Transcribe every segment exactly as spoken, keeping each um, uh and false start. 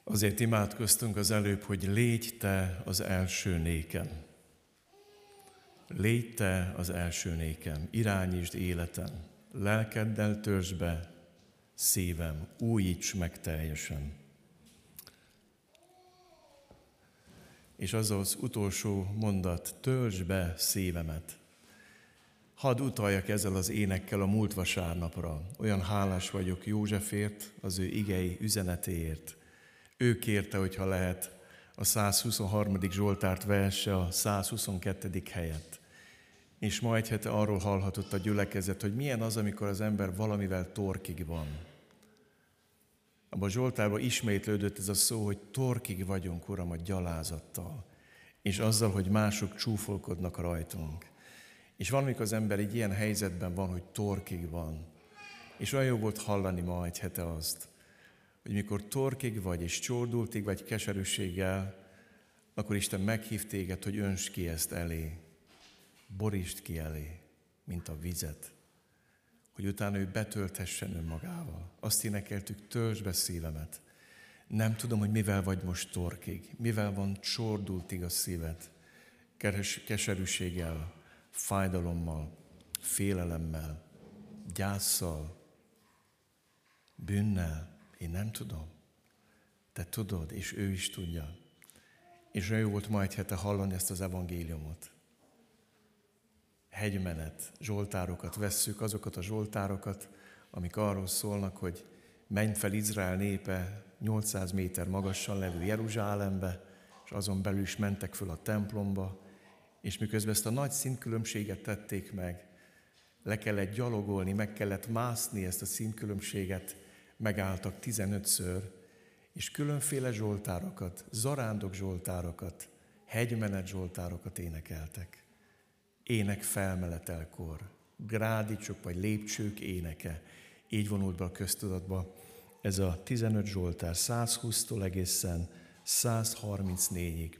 Azért imádkoztunk az előbb, hogy légy te az első nékem. Légy te az első nékem, irányítsd életem, lelkeddel törzsd be szívem, újíts meg teljesen. És az az utolsó mondat, törzsd be szívemet. Hadd utaljak ezzel az énekkel a múlt vasárnapra. Olyan hálás vagyok Józsefért, az ő igei üzenetéért. Ő kérte, hogyha lehet, a százhuszonharmadik Zsoltárt verse a százhuszonkettedik helyett. És ma egy hete arról hallhatott a gyülekezet, hogy milyen az, amikor az ember valamivel torkig van. Abban a Zsoltárban ismétlődött ez a szó, hogy torkig vagyunk, Uram, a gyalázattal, és azzal, hogy mások csúfolkodnak rajtunk. És valamikor az ember egy ilyen helyzetben van, hogy torkig van. És olyan jó volt hallani ma egy hete azt, hogy mikor torkig vagy, és csordultig vagy keserűséggel, akkor Isten meghív téged, hogy öntsd ki ezt elé, borítsd ki elé, mint a vizet, hogy utána ő betölthessen önmagával. Azt énekeltük, töltsd be szívemet. Nem tudom, hogy mivel vagy most torkig, mivel van csordultig a szíved, keserűséggel, fájdalommal, félelemmel, gyásszal, bűnnel. Én nem tudom. Te tudod, és ő is tudja. És olyan jó volt ma egy hete hallani ezt az evangéliumot. Hegymenet, zsoltárokat vesszük, azokat a zsoltárokat, amik arról szólnak, hogy menj fel Izrael népe nyolcszáz méter magasan levő Jeruzsálembe, és azon belül is mentek föl a templomba, és miközben ezt a nagy színkülönbséget tették meg, le kellett gyalogolni, meg kellett mászni ezt a színkülönbséget, megálltak tizenötször, és különféle zsoltárokat, zarándok zsoltárokat, hegymenet zsoltárokat énekeltek. Ének felmeletelkor, grádicsok vagy lépcsők éneke, így vonult be a köztudatba ez a tizenöt zsoltár, százhúsztól egészen százharmincnégyig.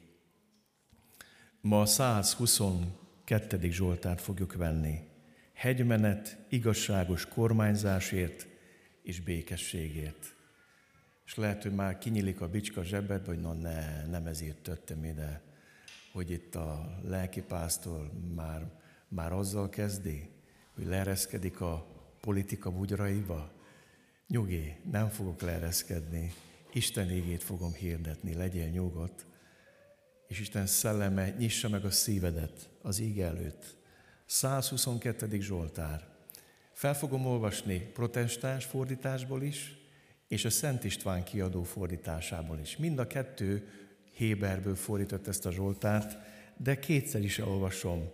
Ma a százhuszonkettedik zsoltárt fogjuk venni. Hegymenet igazságos kormányzásért és békességért. És lehet, hogy már kinyílik a bicska zsebed, vagy na ne, nem ezért tettem ide, hogy itt a lelkipásztor már, már azzal kezdi, hogy leereszkedik a politika bugyraiba. Nyugi, nem fogok leereszkedni, Isten igét fogom hirdetni, legyél nyugodt, és Isten szelleme nyissa meg a szívedet az ige előtt. százhuszonkettedik zsoltár. Fel fogom olvasni protestáns fordításból is, és a Szent István kiadó fordításából is. Mind a kettő héberből fordított ezt a zsoltárt, de kétszer is olvasom.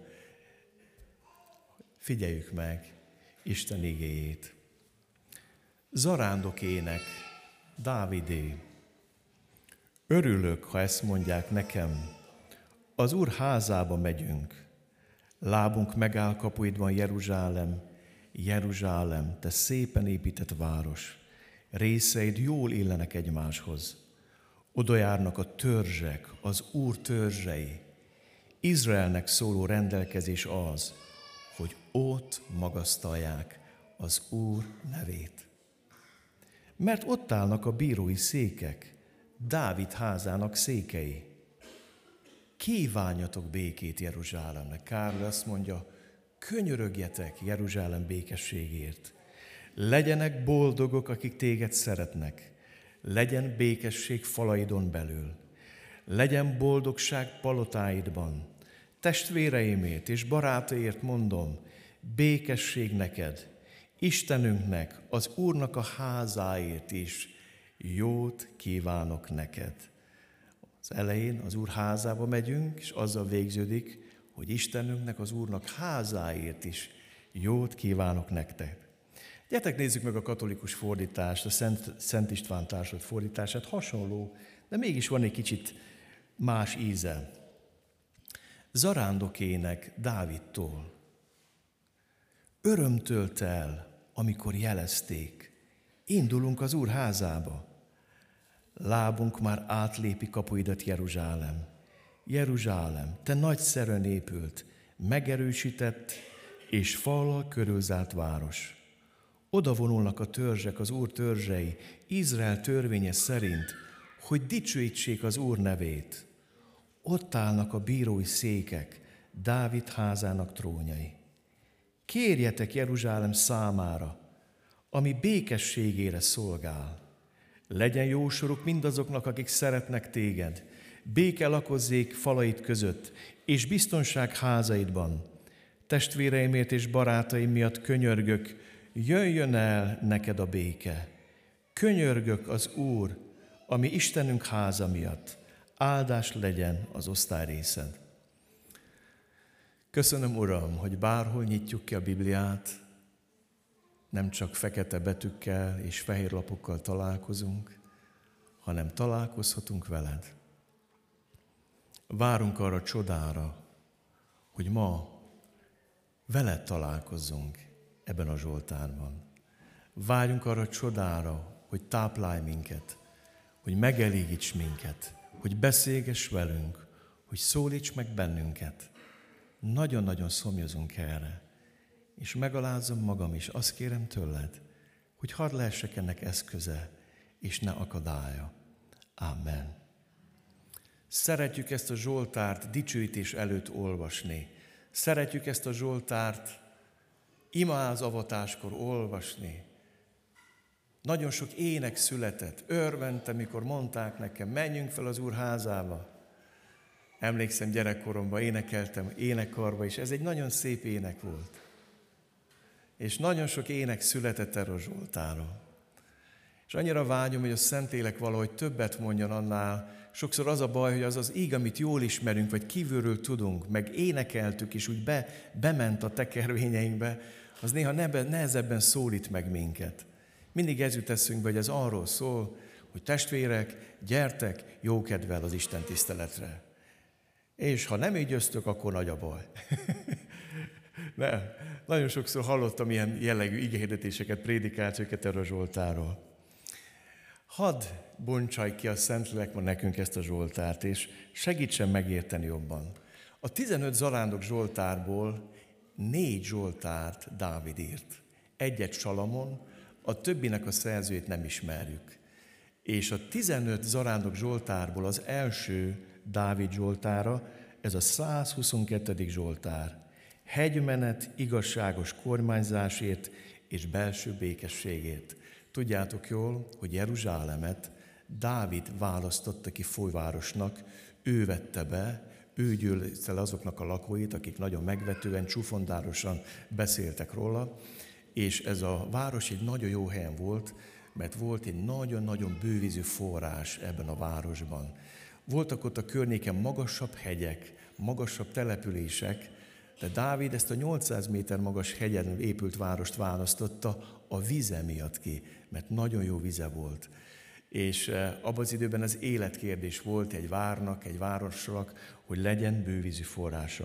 Figyeljük meg Isten igéjét. Zarándok ének, Dávidé. Örülök, ha ezt mondják nekem. Az Úr házába megyünk. Lábunk megáll kapuidban Jeruzsálem, Jeruzsálem, te szépen épített város. Részeid jól illenek egymáshoz. Oda járnak a törzsek, az Úr törzsei. Izraelnek szóló rendelkezés az, hogy ott magasztalják az Úr nevét. Mert ott állnak a bírói székek, Dávid házának székei. Kívánjatok békét Jeruzsálemnek. Károly azt mondja, könyörögjetek Jeruzsálem békességért. Legyenek boldogok, akik téged szeretnek. Legyen békesség falaidon belül. Legyen boldogság palotáidban. Testvéreimért és barátaért mondom, békesség neked, Istenünknek, az Úrnak a házáért is jót kívánok neked. Az elején az Úr házába megyünk, és azzal végződik, hogy Istenünknek, az Úrnak házáért is jót kívánok nektek. Gyertek, nézzük meg a katolikus fordítást, a Szent, Szent István társult fordítását. Hasonló, de mégis van egy kicsit más íze. Zarándokének Dávidtól. Öröm tölt el, amikor jelezték. Indulunk az Úr házába. Lábunk már átlépi kapuidat, Jeruzsálem. Jeruzsálem, te nagyszerűen épült, megerősített és fallal körülzárt város. Oda vonulnak a törzsek, az Úr törzsei, Izrael törvénye szerint, hogy dicsőítsék az Úr nevét. Ott állnak a bírói székek, Dávid házának trónjai. Kérjetek Jeruzsálem számára, ami békességére szolgál. Legyen jó soruk mindazoknak, akik szeretnek téged. Béke lakozzék falait között, és biztonság házaidban. Testvéreimért és barátaim miatt könyörgök, jöjjön el neked a béke. Könyörgök az Úr, ami Istenünk háza miatt. Áldás legyen az osztályrészed. Köszönöm, Uram, hogy bárhol nyitjuk ki a Bibliát, nem csak fekete betűkkel és fehér lapokkal találkozunk, hanem találkozhatunk veled. Várunk arra a csodára, hogy ma veled találkozzunk ebben a Zsoltárban. Várjunk arra a csodára, hogy táplálj minket, hogy megelégíts minket, hogy beszélgess velünk, hogy szólíts meg bennünket. Nagyon-nagyon szomjazunk erre, és megalázom magam is, azt kérem tőled, hogy hadd lehessek ennek eszköze, és ne akadálya. Amen. Szeretjük ezt a Zsoltárt dicsőítés előtt olvasni. Szeretjük ezt a Zsoltárt imázavatáskor olvasni. Nagyon sok ének született. Örventem, mikor mondták nekem, menjünk fel az Úr házába. Emlékszem, gyerekkoromban énekeltem énekkarba, és ez egy nagyon szép ének volt. És nagyon sok ének született erről a Zsoltárról. És annyira vágyom, hogy a Szentlélek valahogy többet mondjon annál. Sokszor az a baj, hogy az az íg, amit jól ismerünk, vagy kívülről tudunk, meg énekeltük, és úgy be, bement a tekervényeinkbe, az néha nehezebben szólít meg minket. Mindig ez jut eszünkbe, hogy ez arról szól, hogy testvérek, gyertek jókedvel az Isten tiszteletre. És ha nem ígyöztök, akkor nagy a baj. Nem. Nagyon sokszor hallottam ilyen jellegű igehirdetéseket, prédikációkat erről a Zsoltárról. Hadd bontsaj ki a Szentlélek ma nekünk ezt a Zsoltárt, és segítsen megérteni jobban. A tizenöt zarándok Zsoltárból négy Zsoltárt Dávid írt. Egyet Salamon, a többinek a szerzőjét nem ismerjük. És a tizenöt zarándok Zsoltárból az első Dávid Zsoltára, ez a százhuszonkettő Zsoltár. Hegymenet igazságos kormányzásért és belső békességért. Tudjátok jól, hogy Jeruzsálemet Dávid választotta ki fővárosnak, ő vette be, ő gyűlölte le azoknak a lakóit, akik nagyon megvetően, csúfondárosan beszéltek róla, és ez a város egy nagyon jó helyen volt, mert volt egy nagyon-nagyon bővízű forrás ebben a városban. Voltak ott a környéken magasabb hegyek, magasabb települések, de Dávid ezt a nyolcszáz méter magas hegyen épült várost választotta a vize miatt ki, mert nagyon jó vize volt. És abban az időben az életkérdés volt egy várnak, egy városnak, hogy legyen bővízű forrása.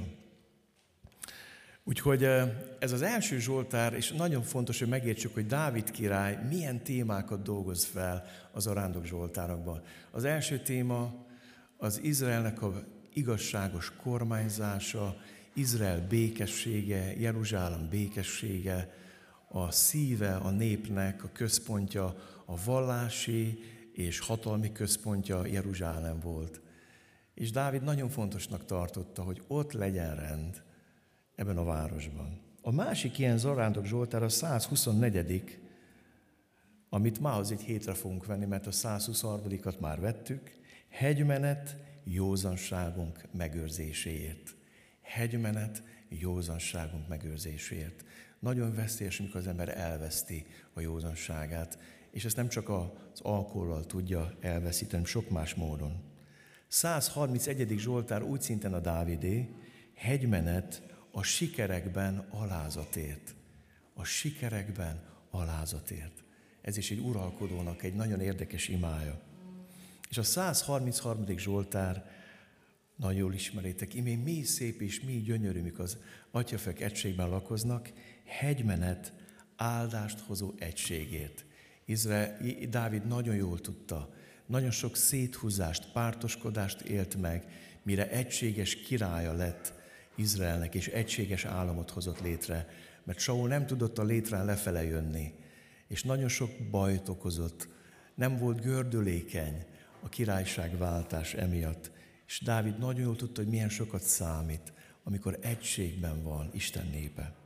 Úgyhogy ez az első Zsoltár, és nagyon fontos, hogy megértsük, hogy Dávid király milyen témákat dolgoz fel az arándok Zsoltárokban. Az első téma az Izraelnek a igazságos kormányzása, Izrael békessége, Jeruzsálem békessége, a szíve a népnek, a központja, a vallási és hatalmi központja Jeruzsálem volt. És Dávid nagyon fontosnak tartotta, hogy ott legyen rend ebben a városban. A másik ilyen zarándok Zsoltár a százhuszonnegyedik, amit mához egy hétre fogunk venni, mert a százhuszonharmadikat már vettük, hegymenet józanságunk megőrzéséért. Hegymenet józanságunk megőrzéséért. Nagyon veszélyes, amikor az ember elveszti a józanságát, és ezt nem csak az alkohollal tudja elveszíteni, sok más módon. százharmincegyedik Zsoltár úgy szinten a Dávidé, hegymenet a sikerekben alázatért. A sikerekben alázatért. Ez is egy uralkodónak egy nagyon érdekes imája. És a százharmincharmadik Zsoltár, nagyon jól ismeritek, imé mi szép és mi gyönyörű, mikor az atyafek egységben lakoznak, hegymenet áldást hozó egységért. Izrael, Dávid nagyon jól tudta, nagyon sok széthúzást, pártoskodást élt meg, mire egységes királya lett Izraelnek, és egységes államot hozott létre, mert Saul nem tudott a létrán lefele jönni, és nagyon sok bajt okozott, nem volt gördülékeny a királyságváltás emiatt. És Dávid nagyon jól tudta, hogy milyen sokat számít, amikor egységben van Isten népe.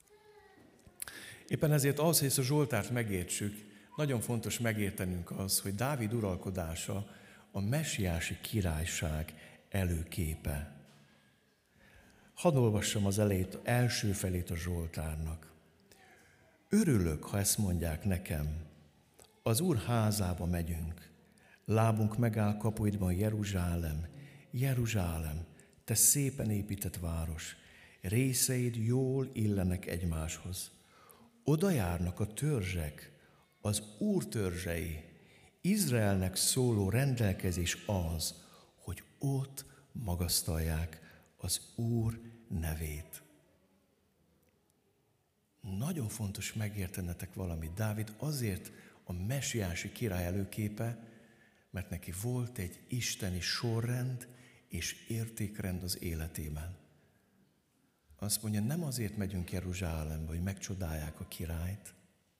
Éppen ezért ahhoz, hogy ezt a Zsoltárt megértsük, nagyon fontos megértenünk az, hogy Dávid uralkodása a messiási királyság előképe. Hadd olvassam az elejét, első felét a Zsoltárnak. Örülök, ha ezt mondják nekem, az Úr házába megyünk, lábunk megáll kapuidban Jeruzsálem, Jeruzsálem, te szépen épített város, részeid jól illenek egymáshoz. Oda járnak a törzsek, az Úr törzsei, Izraelnek szóló rendelkezés az, hogy ott magasztalják az Úr nevét. Nagyon fontos megértenetek valamit. Dávid azért a messiási király előképe, mert neki volt egy isteni sorrend és értékrend az életében. Azt mondja, nem azért megyünk Jeruzsálembe, hogy megcsodálják a királyt,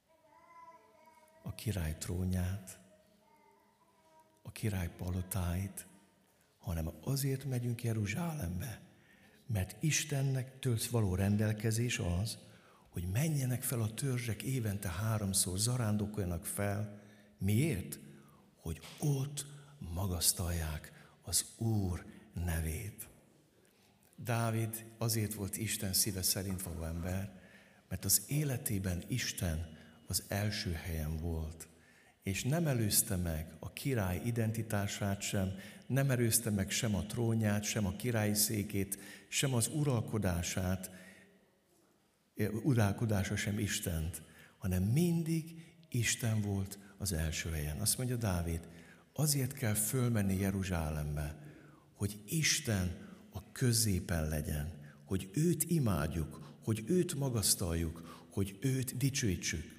a király trónját, a király palotáit, hanem azért megyünk Jeruzsálembe, mert Istennek tőled való rendelkezés az, hogy menjenek fel a törzsek évente háromszor, zarándokoljanak fel. Miért? Hogy ott magasztalják az Úr nevét. Dávid azért volt Isten szíve szerint való ember, mert az életében Isten az első helyen volt. És nem előzte meg a király identitását sem, nem előzte meg sem a trónját, sem a királyi székét, sem az uralkodását, uralkodása sem Istent, hanem mindig Isten volt az első helyen. Azt mondja Dávid, azért kell fölmenni Jeruzsálembe, hogy Isten a középen legyen, hogy őt imádjuk, hogy őt magasztaljuk, hogy őt dicsőítsük.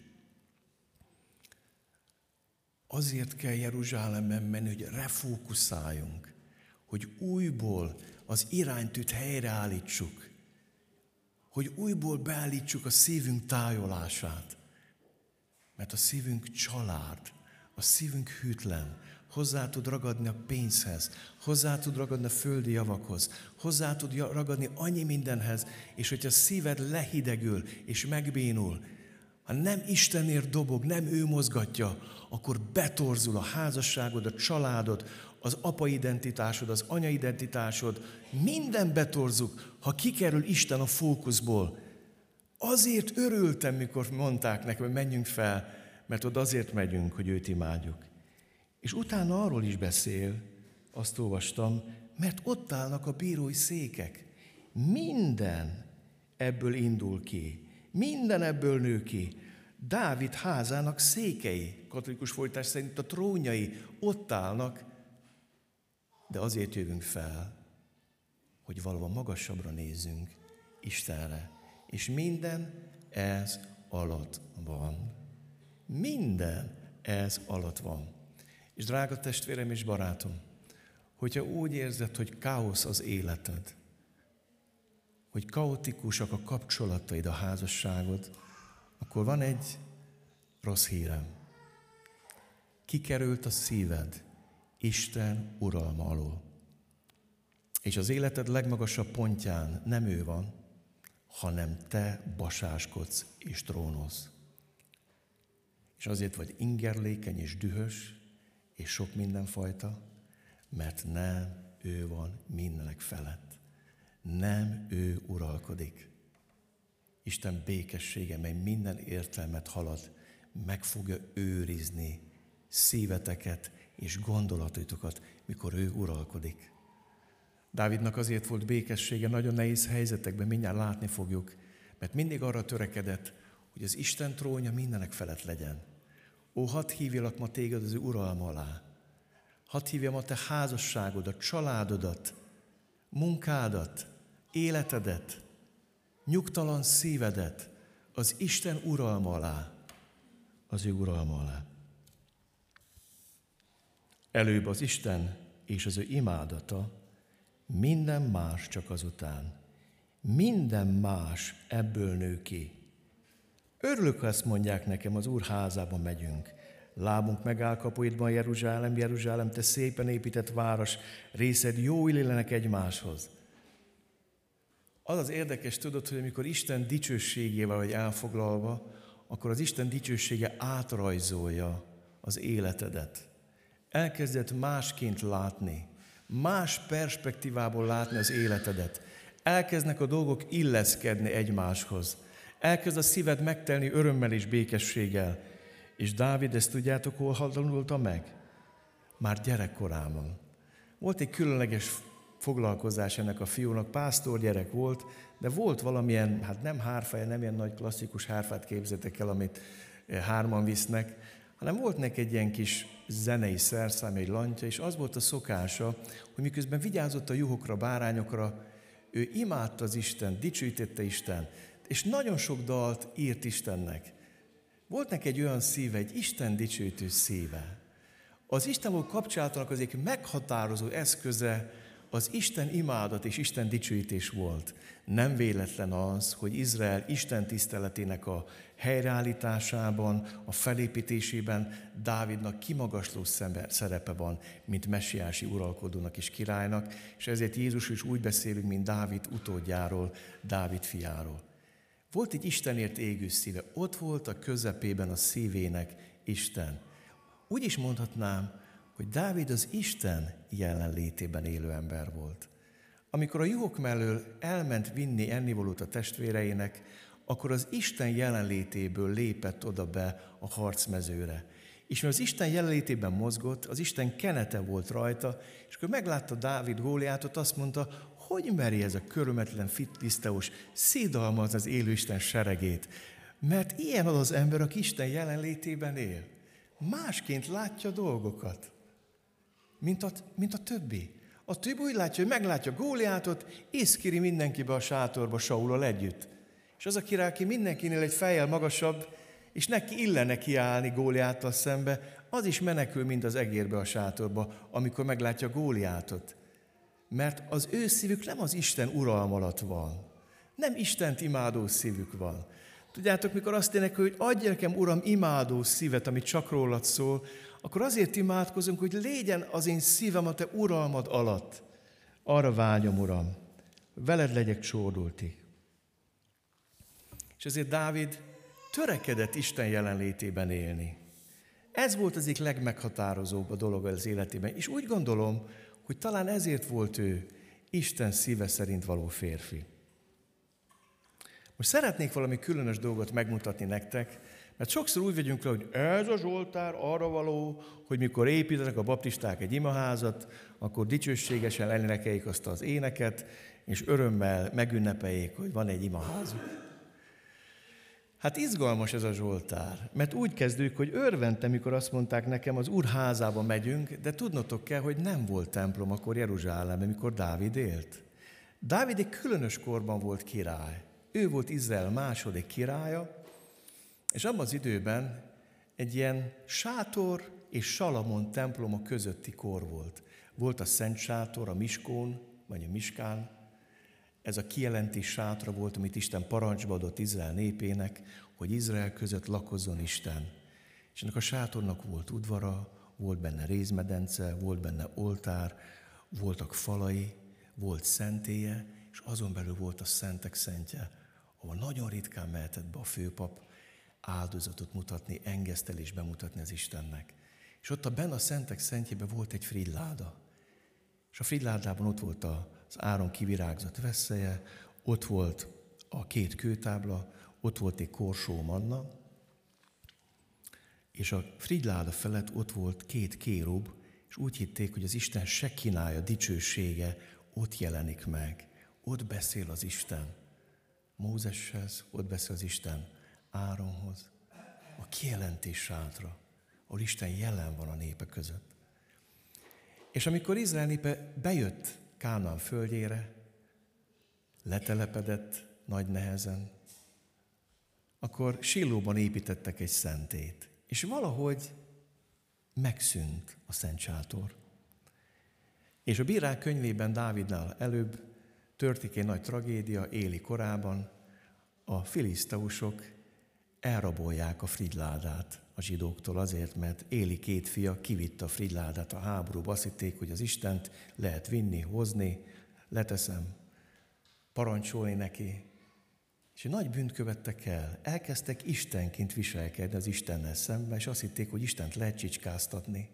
Azért kell Jeruzsálemben menni, hogy refókuszáljunk, hogy újból az iránytűt helyreállítsuk, hogy újból beállítsuk a szívünk tájolását, mert a szívünk család, a szívünk hűtlen, hozzá tud ragadni a pénzhez, hozzá tud ragadni a földi javakhoz, hozzá tud ragadni annyi mindenhez, és hogyha a szíved lehidegül és megbénul, ha nem Istenért dobog, nem ő mozgatja, akkor betorzul a házasságod, a családod, az apa identitásod, az anya identitásod, minden betorzuk, ha kikerül Isten a fókuszból. Azért örültem, mikor mondták nekem, hogy menjünk fel, mert oda azért megyünk, hogy őt imádjuk. És utána arról is beszél, azt olvastam, mert ott állnak a bírói székek. Minden ebből indul ki. Minden ebből nő ki. Dávid házának székei, katolikus fordítás szerint a trónjai ott állnak, de azért jövünk fel, hogy valahol magasabbra nézzünk Istenre. És minden ez alatt van. Minden ez alatt van. És drága testvérem és barátom, hogyha úgy érzed, hogy káosz az életed, hogy kaotikusak a kapcsolataid, a házasságod, akkor van egy rossz hírem. Kikerült a szíved Isten uralma alól. És az életed legmagasabb pontján nem ő van, hanem te basáskodsz és trónolsz. És azért vagy ingerlékeny és dühös, és sok mindenfajta, mert nem ő van mindenek felett. Nem ő uralkodik. Isten békessége, mely minden értelmet halad, meg fogja őrizni szíveteket és gondolatotokat, mikor ő uralkodik. Dávidnak azért volt békessége nagyon nehéz helyzetekben, mindjárt látni fogjuk, mert mindig arra törekedett, hogy az Isten trónja mindenek felett legyen. Ó, hadd hívjalak ma téged az ő uralma alá. Hadd hívjam a te házasságodat, családodat, munkádat, életedet, nyugtalan szívedet az Isten uralma alá, az ő uralma alá. Előbb az Isten és az ő imádata, minden más csak azután. Minden más ebből nő ki. Örülök, ha ezt mondják nekem, az Úr házába megyünk. Lábunk megáll kapuidban, Jeruzsálem, Jeruzsálem, te szépen épített város, részed jó illenek egymáshoz. Az az érdekes, tudod, hogy amikor Isten dicsőségével vagy elfoglalva, akkor az Isten dicsősége átrajzolja az életedet. Elkezded másként látni, más perspektívából látni az életedet. Elkezdnek a dolgok illeszkedni egymáshoz. Elkezd a szíved megtelni örömmel és békességgel. És Dávid, ezt tudjátok, hol tanulta meg? Már gyerekkorában. Volt egy különleges foglalkozás ennek a fiúnak, pásztor gyerek volt, de volt valamilyen, hát nem hárfája, nem ilyen nagy klasszikus hárfát képzeljétek el, amit hárman visznek, hanem volt neki egy ilyen kis zenei szerszám, egy lantja, és az volt a szokása, hogy miközben vigyázott a juhokra, bárányokra, ő imádta az Istent, dicsőítette Isten, és nagyon sok dalt írt Istennek. Volt neki egy olyan szíve, egy Isten dicsőítő szíve. Az Istenból kapcsolatának az egyik meghatározó eszköze az Isten imádat és Isten dicsőítés volt. Nem véletlen az, hogy Izrael Isten tiszteletének a helyreállításában, a felépítésében Dávidnak kimagasló szerepe van, mint messiási uralkodónak és királynak, és ezért Jézus is úgy beszélünk, mint Dávid utódjáról, Dávid fiáról. Volt egy Istenért égő szíve, ott volt a közepében a szívének Isten. Úgy is mondhatnám, hogy Dávid az Isten jelenlétében élő ember volt. Amikor a juhok mellől elment vinni ennivalót a testvéreinek, akkor az Isten jelenlétéből lépett oda be a harcmezőre. És mert az Isten jelenlétében mozgott, az Isten kenete volt rajta, és akkor meglátta Dávid Góliátot, azt mondta, hogy meri ez a körömetlen filiszteus szédalmazni az élő Isten seregét. Mert ilyen az az ember, aki Isten jelenlétében él. Másként látja dolgokat, mint a, mint a többi. A többi úgy látja, hogy meglátja Góliátot, észkiri mindenkibe a sátorba Saulal együtt. És az a király, aki mindenkinél egy fejjel magasabb, és neki illene kiállni Góliáttal szembe, az is menekül, mint az egérbe a sátorba, amikor meglátja Góliátot. Mert az ő szívük nem az Isten uralma alatt van. Nem Istent imádó szívük van. Tudjátok, mikor azt énekel, hogy adj nekem, Uram, imádó szívet, ami csak rólad szól, akkor azért imádkozunk, hogy legyen az én szívem a te uralmad alatt. Arra vágyom, Uram, veled legyek csordultig. És ezért Dávid törekedett Isten jelenlétében élni. Ez volt az egyik legmeghatározóbb a dolog az életében. És úgy gondolom, hogy talán ezért volt ő Isten szíve szerint való férfi. Most szeretnék valami különös dolgot megmutatni nektek, mert sokszor úgy vegyünk le, hogy ez a Zsoltár arra való, hogy mikor építenek a baptisták egy imaházat, akkor dicsőségesen elénekeljék azt az éneket, és örömmel megünnepeljék, hogy van egy imaházuk. Hát izgalmas ez a Zsoltár, mert úgy kezdődik, hogy örventem, mikor azt mondták nekem, az Úr házába megyünk, de tudnotok kell, hogy nem volt templom akkor Jeruzsálemben, mikor Dávid élt. Dávid egy különös korban volt király. Ő volt Izrael második királya, és abban az időben egy ilyen sátor és Salamon temploma közötti kor volt. Volt a Szent Sátor, a Miskón, vagy a Miskán. Ez a kijelentés sátra volt, amit Isten parancsba adott Izrael népének, hogy Izrael között lakozzon Isten. És ennek a sátornak volt udvara, volt benne rézmedence, volt benne oltár, voltak falai, volt szentélye, és azon belül volt a szentek szentje, ahol nagyon ritkán mehetett be a főpap áldozatot mutatni, engesztelést bemutatni az Istennek. És ott a benne a szentek szentjében volt egy frigyláda. És a frigyládában ott volt az Áron kivirágzott vesszeje, ott volt a két kőtábla, ott volt egy korsó manna, és a frigyláda felett ott volt két kérub, és úgy hitték, hogy az Isten sekinája, dicsősége ott jelenik meg. Ott beszél az Isten Mózeshez, ott beszél az Isten Áronhoz. A kijelentés sátra, ahol Isten jelen van a népe között. És amikor Izrael népe bejött Kánaán földjére, letelepedett nagy nehezen, akkor Sillóban építettek egy szentét, és valahogy megszűnt a Szent Sátor. És a Bírák könyvében Dávidnál előbb történik egy nagy tragédia, Éli korában, a filiszteusok elrabolják a frigyládát a zsidóktól azért, mert Éli két fia kivitte a frigyládát a háborúba. Azt hitték, hogy az Istent lehet vinni, hozni, leteszem, parancsolni neki. És egy nagy bűnt követtek el. Elkezdtek istenként viselkedni az Istennel szemben, és azt hitték, hogy Istent lehet csicskáztatni.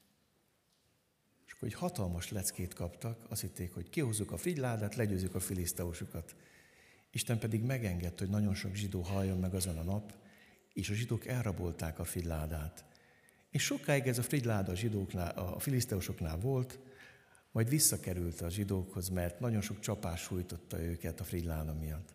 És akkor egy hatalmas leckét kaptak, azt hitték, hogy kihozzuk a frigyládát, legyőzzük a filiszteusokat. Isten pedig megengedte, hogy nagyon sok zsidó halljon meg azon a nap, és a zsidók elrabolták a frigyládát. És sokáig ez a frigyláda a zsidóknál, a filiszteusoknál volt, majd visszakerült a zsidókhoz, mert nagyon sok csapás sújtotta őket a frigyláda miatt.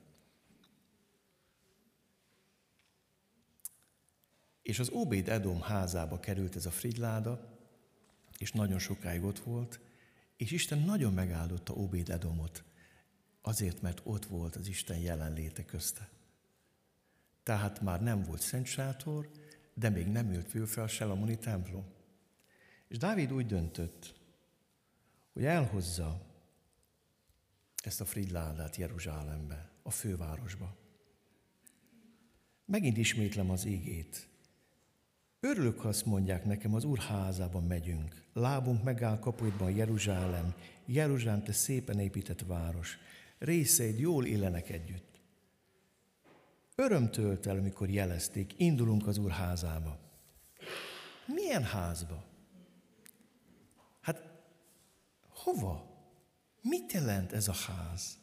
És az Óbéd Edom házába került ez a frigyláda, és nagyon sokáig ott volt, és Isten nagyon megáldotta Óbéd Edomot, azért, mert ott volt az Isten jelenléte közte. Tehát már nem volt szent sátor, de még nem ült föl fel a Selamoni templom. És Dávid úgy döntött, hogy elhozza ezt a frigyládát Jeruzsálembe, a fővárosba. Megint ismétlem az igét. Örülök, ha azt mondják nekem, az Úr házában megyünk. Lábunk megáll kapuidban Jeruzsálem, Jeruzsálem, te szépen épített város. Részeid jól illenek együtt. Öröm tölt el, amikor jelezték, indulunk az Úr házába. Milyen házba? Hát hova? Mit jelent ez a ház?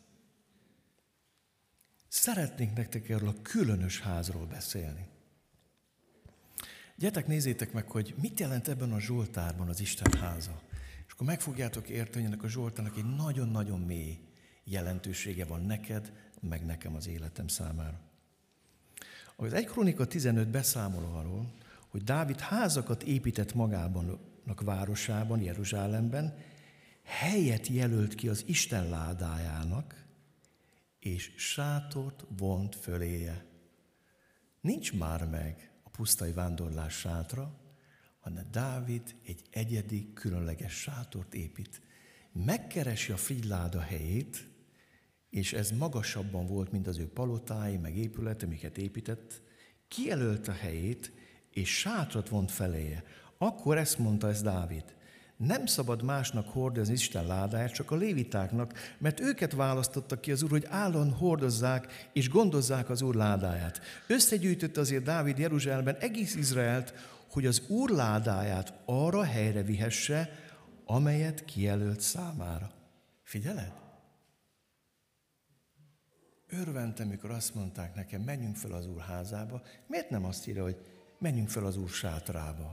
Szeretnék nektek erről a különös házról beszélni. Gyertek, nézzétek meg, hogy mit jelent ebben a Zsoltárban az Isten háza. És akkor meg fogjátok érteni, hogy ennek a Zsoltárnak egy nagyon-nagyon mély jelentősége van neked, meg nekem az életem számára. Az egy Krónika tizenöt beszámol arról, hogy Dávid házakat épített magában a városában, Jeruzsálemben, helyet jelölt ki az Isten ládájának, és sátort vont föléje. Nincs már meg a pusztai vándorlás sátra, hanem Dávid egy egyedi, különleges sátort épít. Megkeresi a frigyláda helyét, és ez magasabban volt, mint az ő palotái, meg épület, amiket épített, kijelölt a helyét, és sátrat vont feléje. Akkor ezt mondta ez Dávid: nem szabad másnak hordozni az Isten ládáját, csak a lévitáknak, mert őket választotta ki az Úr, hogy állandóan hordozzák és gondozzák az Úr ládáját. Összegyűjtötte azért Dávid Jeruzsálemben egész Izraelt, hogy az Úr ládáját arra helyre vihesse, amelyet kijelölt számára. Figyeled? Örventem, mikor azt mondták nekem, menjünk fel az Úr házába. Miért nem azt írja, hogy menjünk fel az Úr sátrába?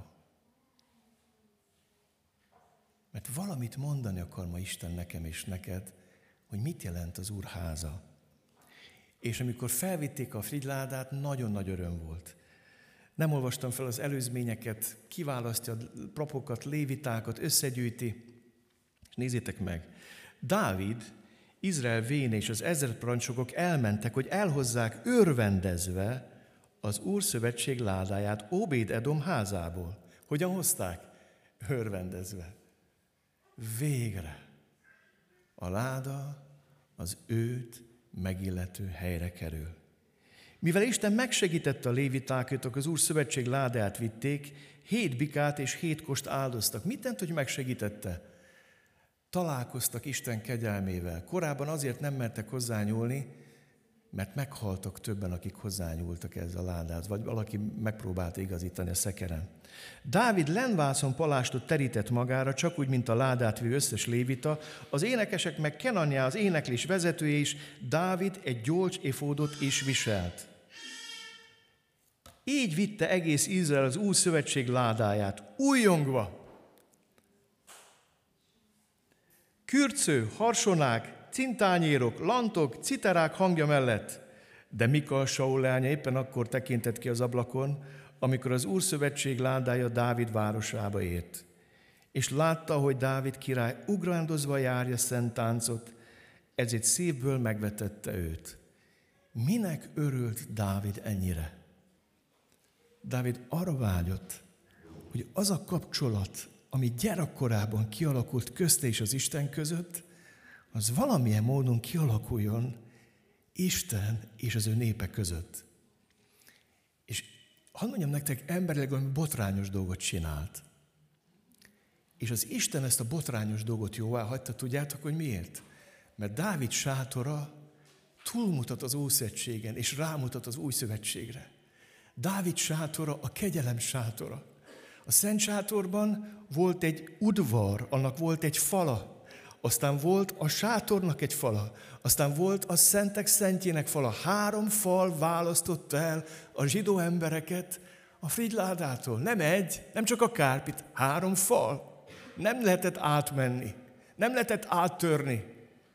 Mert valamit mondani akar ma Isten nekem és neked, hogy mit jelent az Úr háza. És amikor felvitték a frigyládát, nagyon nagy öröm volt. Nem olvastam fel az előzményeket, kiválasztja a propokat, lévitákat, összegyűjti. És nézzétek meg, Dávid, Izrael véne és az ezredparancsnokok elmentek, hogy elhozzák örvendezve az Úr szövetség ládáját Óbéd Edom házából. Hogyan hozták? Örvendezve. Végre a láda az őt megillető helyre kerül. Mivel Isten megsegítette a lévitákat, az Úr szövetség ládáját vitték, hét bikát és hét kost áldoztak. Mit jelent, hogy megsegítette? Találkoztak Isten kegyelmével. Korábban azért nem mertek hozzányúlni, mert meghaltak többen, akik hozzányúltak ezzel a ládához, vagy valaki megpróbálta igazítani a szekeren. Dávid lenvászon palástot terített magára, csak úgy, mint a ládát vő összes lévita, az énekesek meg Kenania, az éneklés vezetője is, Dávid egy gyolcs éfódot is viselt. Így vitte egész Izrael az új szövetség ládáját, újjongva. Kürcő, harsonák, cintányérok, lantok, citerák hangja mellett. De Mikal, Saul leánya éppen akkor tekintett ki az ablakon, amikor az Úr szövetség ládája Dávid városába ért. És látta, hogy Dávid király ugrándozva járja szent táncot, ezért szívből megvetette őt. Minek örült Dávid ennyire? Dávid arra vágyott, hogy az a kapcsolat, ami gyerekkorában kialakult közte és az Isten között, az valamilyen módon kialakuljon Isten és az ő népe között. hadd mondjam nektek, emberileg valami botrányos dolgot csinált. És az Isten ezt a botrányos dolgot jóvá hagyta, tudjátok, hogy miért? Mert Dávid sátora túlmutat az Ószövetségen, és rámutat az Új Szövetségre. Dávid sátora a kegyelem sátora. A Szent Sátorban volt egy udvar, annak volt egy fala, aztán volt a sátornak egy fala, aztán volt a Szentek Szentjének fala. Három fal választotta el a zsidó embereket a frigyládától. Nem egy, nem csak a kárpit, három fal. Nem lehetett átmenni, nem lehetett áttörni.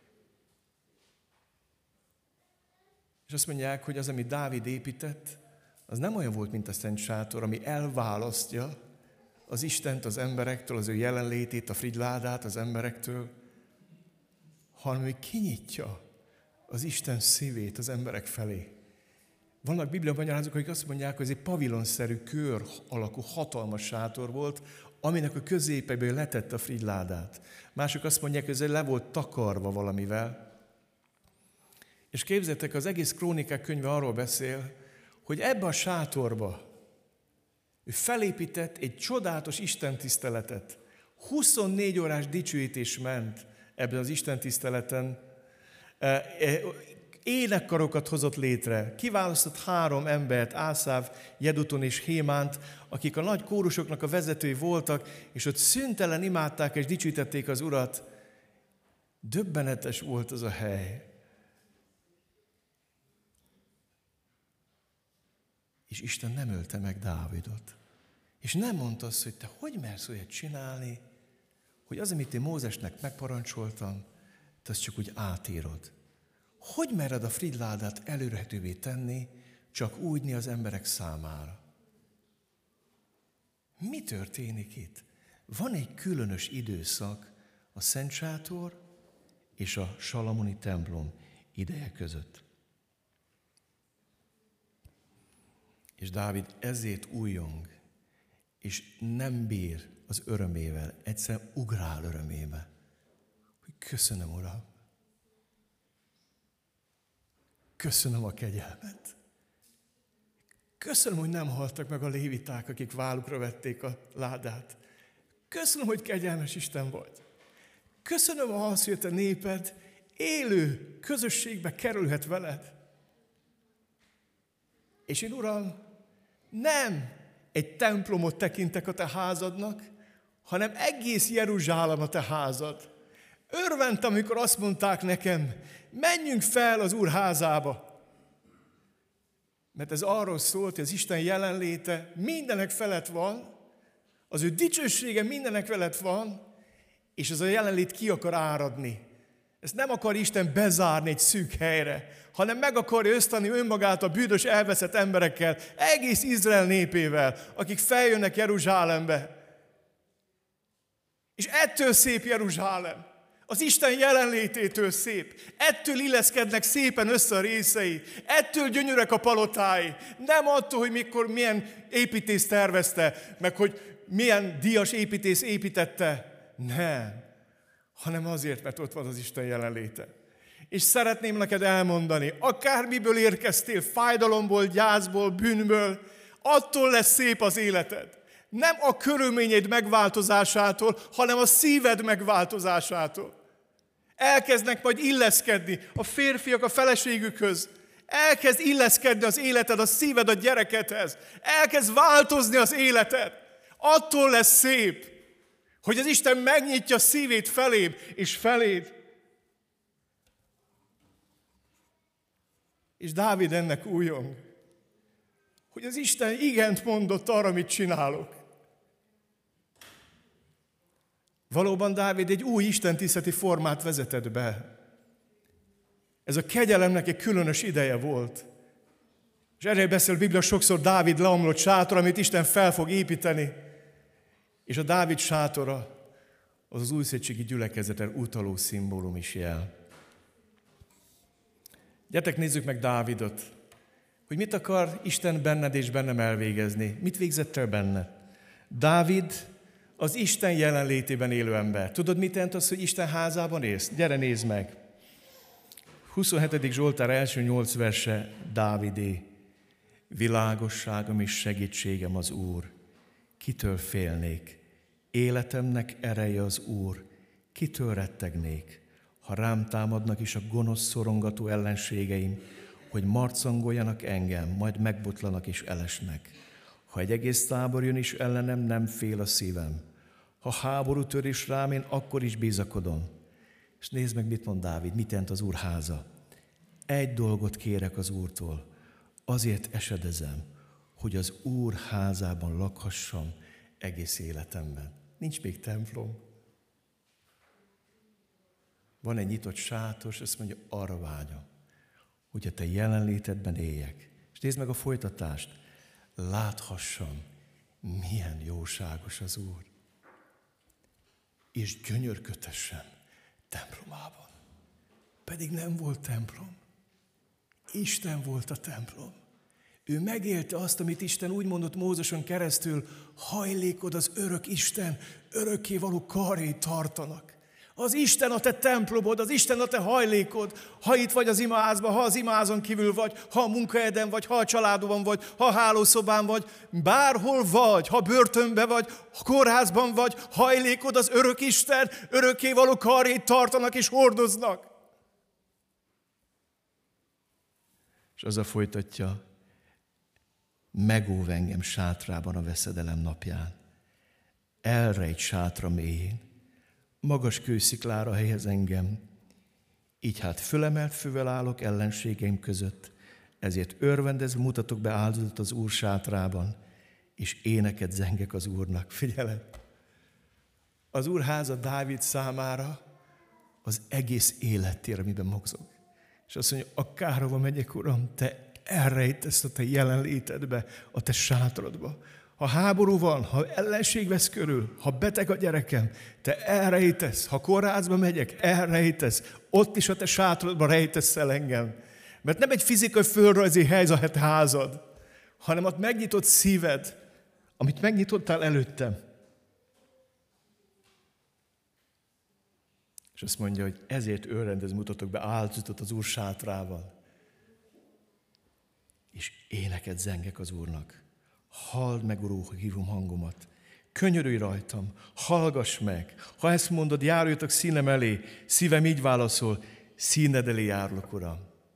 És azt mondják, hogy az, amit Dávid épített, az nem olyan volt, mint a Szent Sátor, ami elválasztja az Istent az emberektől, az ő jelenlétét, a frigyládát az emberektől, hanem ami kinyitja az Isten szívét az emberek felé. Vannak bibliabanyarázatok, akik azt mondják, hogy ez egy pavilonszerű kör alakú hatalmas sátor volt, aminek a középéből letett a frigyládát. Mások azt mondják, hogy ez le volt takarva valamivel. És képzeljétek, az egész Krónikák könyve arról beszél, hogy ebbe a sátorba ő felépített egy csodálatos istentiszteletet. huszonnégy órás dicsőítés ment ebben az istentiszteleten. Énekkarokat hozott létre. Kiválasztott három embert, Ászáv, Jeduton és Hémánt, akik a nagy kórusoknak a vezetői voltak, és ott szüntelen imádták és dicsőítették az Urat. Döbbenetes volt az a hely. És Isten nem ölte meg Dávidot. És nem mondta azt, hogy te hogy mersz olyat csinálni, hogy az, amit én Mózesnek megparancsoltam, te azt csak úgy átírod. Hogy mered a frigyládát elérhetővé tenni, csak úgyni az emberek számára? Mi történik itt? Van egy különös időszak a Szent Sátor és a salamoni templom ideje között. És Dávid ezért újjong, és nem bír az örömével, egyszerűen ugrál örömébe. Hogy köszönöm, Uram. Köszönöm a kegyelmet. Köszönöm, hogy nem haltak meg a léviták, akik vállukra vették a ládát. Köszönöm, hogy kegyelmes Isten vagy. Köszönöm azt, hogy a te néped élő közösségbe kerülhet veled. És én, Uram, nem egy templomot tekintek a te házadnak, hanem egész Jeruzsálem a te házad. Örventem, amikor azt mondták nekem, menjünk fel az Úr házába. Mert ez arról szólt, hogy az Isten jelenléte mindenek felett van, az ő dicsősége mindenek felett van, és ez a jelenlét ki akar áradni. Ezt nem akar Isten bezárni egy szűk helyre, hanem meg akarja ösztani önmagát a bűnös, elveszett emberekkel, egész Izrael népével, akik feljönnek Jeruzsálembe. És ettől szép Jeruzsálem. Az Isten jelenlététől szép. Ettől illeszkednek szépen össze a részei. Ettől gyönyörek a palotái. Nem attól, hogy mikor milyen építész tervezte, meg hogy milyen díjas építész építette. Nem. Hanem azért, mert ott van az Isten jelenléte. És szeretném neked elmondani, akármiből érkeztél, fájdalomból, gyászból, bűnből, attól lesz szép az életed. Nem a körülményeid megváltozásától, hanem a szíved megváltozásától. Elkezdnek majd illeszkedni a férfiak a feleségükhöz. Elkezd illeszkedni az életed, a szíved a gyerekedhez. Elkezd változni az életed. Attól lesz szép, hogy az Isten megnyitja szívét feléd és feléd. És Dávid ennek újjong, hogy az Isten igent mondott arra, amit csinálok. Valóban Dávid egy új istentiszteleti formát vezetett be. Ez a kegyelemnek egy különös ideje volt. És erről beszél a Biblia sokszor Dávid leomlott sátor, amit Isten fel fog építeni. És a Dávid sátora az az újszövetségi gyülekezetre utaló szimbólum is jel. Gyertek, nézzük meg Dávidot, hogy mit akar Isten benned és bennem elvégezni. Mit végzett el benne? Dávid az Isten jelenlétében élő ember. Tudod, mit jelent az, hogy Isten házában élsz? Gyere, nézd meg! huszonhetedik Zsoltár első nyolc verse Dávidé. világosságom és segítségem az Úr. Kitől félnék? Életemnek ereje az Úr. Kitől rettegnék? Ha rám támadnak is a gonosz szorongató ellenségeim, hogy marcangoljanak engem, majd megbotlanak és elesnek. Ha egy egész tábor jön is ellenem, nem fél a szívem. Ha háború tör is rám, én akkor is bizakodom. És nézd meg, mit mond Dávid, mit jelent az Úr háza. Egy dolgot kérek az Úrtól, azért esedezem, hogy az Úr házában lakhassam egész életemben. Nincs még templom. Van egy nyitott sátor, és azt mondja, arra vágyom, hogy a te jelenlétedben éljek. És nézd meg a folytatást. Láthassam, milyen jóságos az Úr. És gyönyörködhessem templomában. Pedig nem volt templom. Isten volt a templom. Ő megélte azt, amit Isten úgy mondott Mózeson keresztül, hajlékod az örök Isten, örökkévaló karjai tartanak. Az Isten a te templomod, az Isten a te hajlékod, ha itt vagy az imaházban, ha az imaházon kívül vagy, ha a munkahelyeden vagy, ha a családodban vagy, ha a hálószobán vagy, bárhol vagy, ha börtönben vagy, ha kórházban vagy, hajlékod az örök Isten, örökkévaló karjai tartanak és hordoznak. És azzal folytatja, megóv engem sátrában a veszedelem napján, elrejt sátra mélyén, magas kősziklára helyez engem, így hát fölemelt fővel állok ellenségeim között, ezért örvendezve mutatok be áldozatot az Úr sátrában, és éneket zengek az Úrnak. Figyelj! Az Úr háza Dávid számára az egész élettér, amiben mozog. És azt mondja, akárhova megyek, Uram, te elrejtesz a te jelenlétedbe, a te sátradba. Ha háború van, ha ellenség vesz körül, ha beteg a gyerekem, te elrejtesz. Ha kórházba megyek, elrejtesz. Ott is a te sátradba rejtesz el engem. Mert nem egy fizikai földrajzi hely a te házad, hanem ott megnyitott szíved, amit megnyitottál előttem. És azt mondja, hogy ezért örvendez, mutatok be áldozatot az Úr sátrával. És éneket zengek az Úrnak. Halld meg, Uró, hogy hívom hangomat. Könyörülj rajtam, hallgass meg. Ha ezt mondod, járjatok színem elé, szívem így válaszol, színed elé járlok, Uram.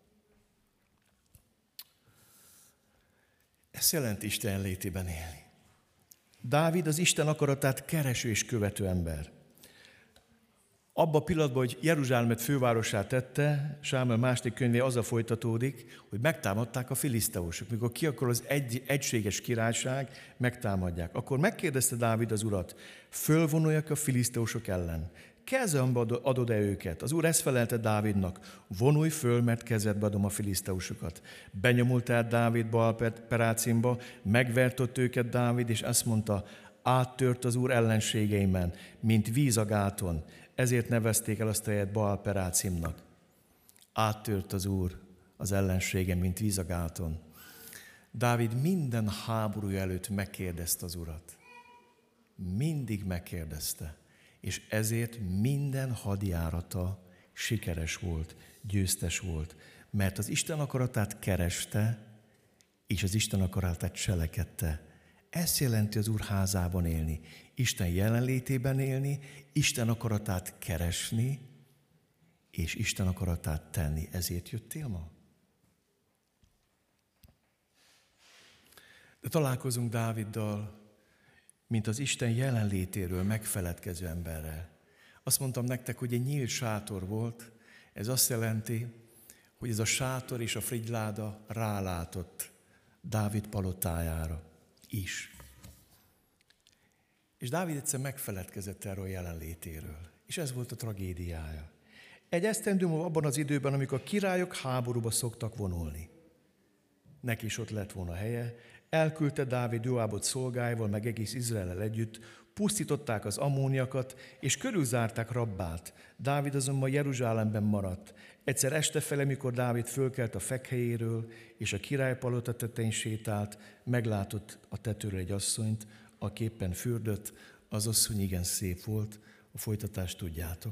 Ezt jelenti Isten létében élni. Dávid az Isten akaratát kereső és követő ember. Abba a pillanatban, hogy Jeruzsálemet fővárossá tette, Sámuel második könyve azzal folytatódik, hogy megtámadták a filiszteusok. Mikor ki akar az egy, egységes királyság, megtámadják. Akkor megkérdezte Dávid az Urat, fölvonuljak a filiszteusok ellen. Kezembe adod-e őket? Az Úr ezt felelte Dávidnak, vonulj föl, mert kezedbe adom a filiszteusokat. Benyomult el Dávid Baal-perácimba, megvert őket Dávid, és azt mondta, áttört az Úr ellenségeimen, mint víz a gáton. Ezért nevezték el azt a helyet Baal-perácimnak. Áttört az Úr az ellenségem, mint víz a gáton. Dávid minden háborúja előtt megkérdezte az Urat. Mindig megkérdezte. És ezért minden hadjárata sikeres volt, győztes volt. Mert az Isten akaratát kereste, és az Isten akaratát cselekedte. Ezt jelenti az Úr házában élni. Isten jelenlétében élni, Isten akaratát keresni, és Isten akaratát tenni. Ezért jöttél ma? De találkozunk Dáviddal, mint az Isten jelenlétéről megfeledkező emberrel. Azt mondtam nektek, hogy egy nyílt sátor volt. Ez azt jelenti, hogy ez a sátor és a frigyláda rálátott Dávid palotájára is. És Dávid egyszer megfeledkezett erről a jelenlétéről. És ez volt a tragédiája. Egy esztendő múlva abban az időben, amikor a királyok háborúba szoktak vonulni. Neki is ott lett volna helye. Elküldte Dávid Joábot szolgáival, meg egész Izraellel együtt, pusztították az ammóniakat, és körülzárták Rabbát. Dávid azonban Jeruzsálemben maradt. Egyszer este fele, mikor Dávid fölkelt a fekhelyéről, és a királypalota tetején sétált, meglátott a tetőről egy asszonyt, aki éppen fürdött, az asszony igen szép volt, a folytatást tudjátok.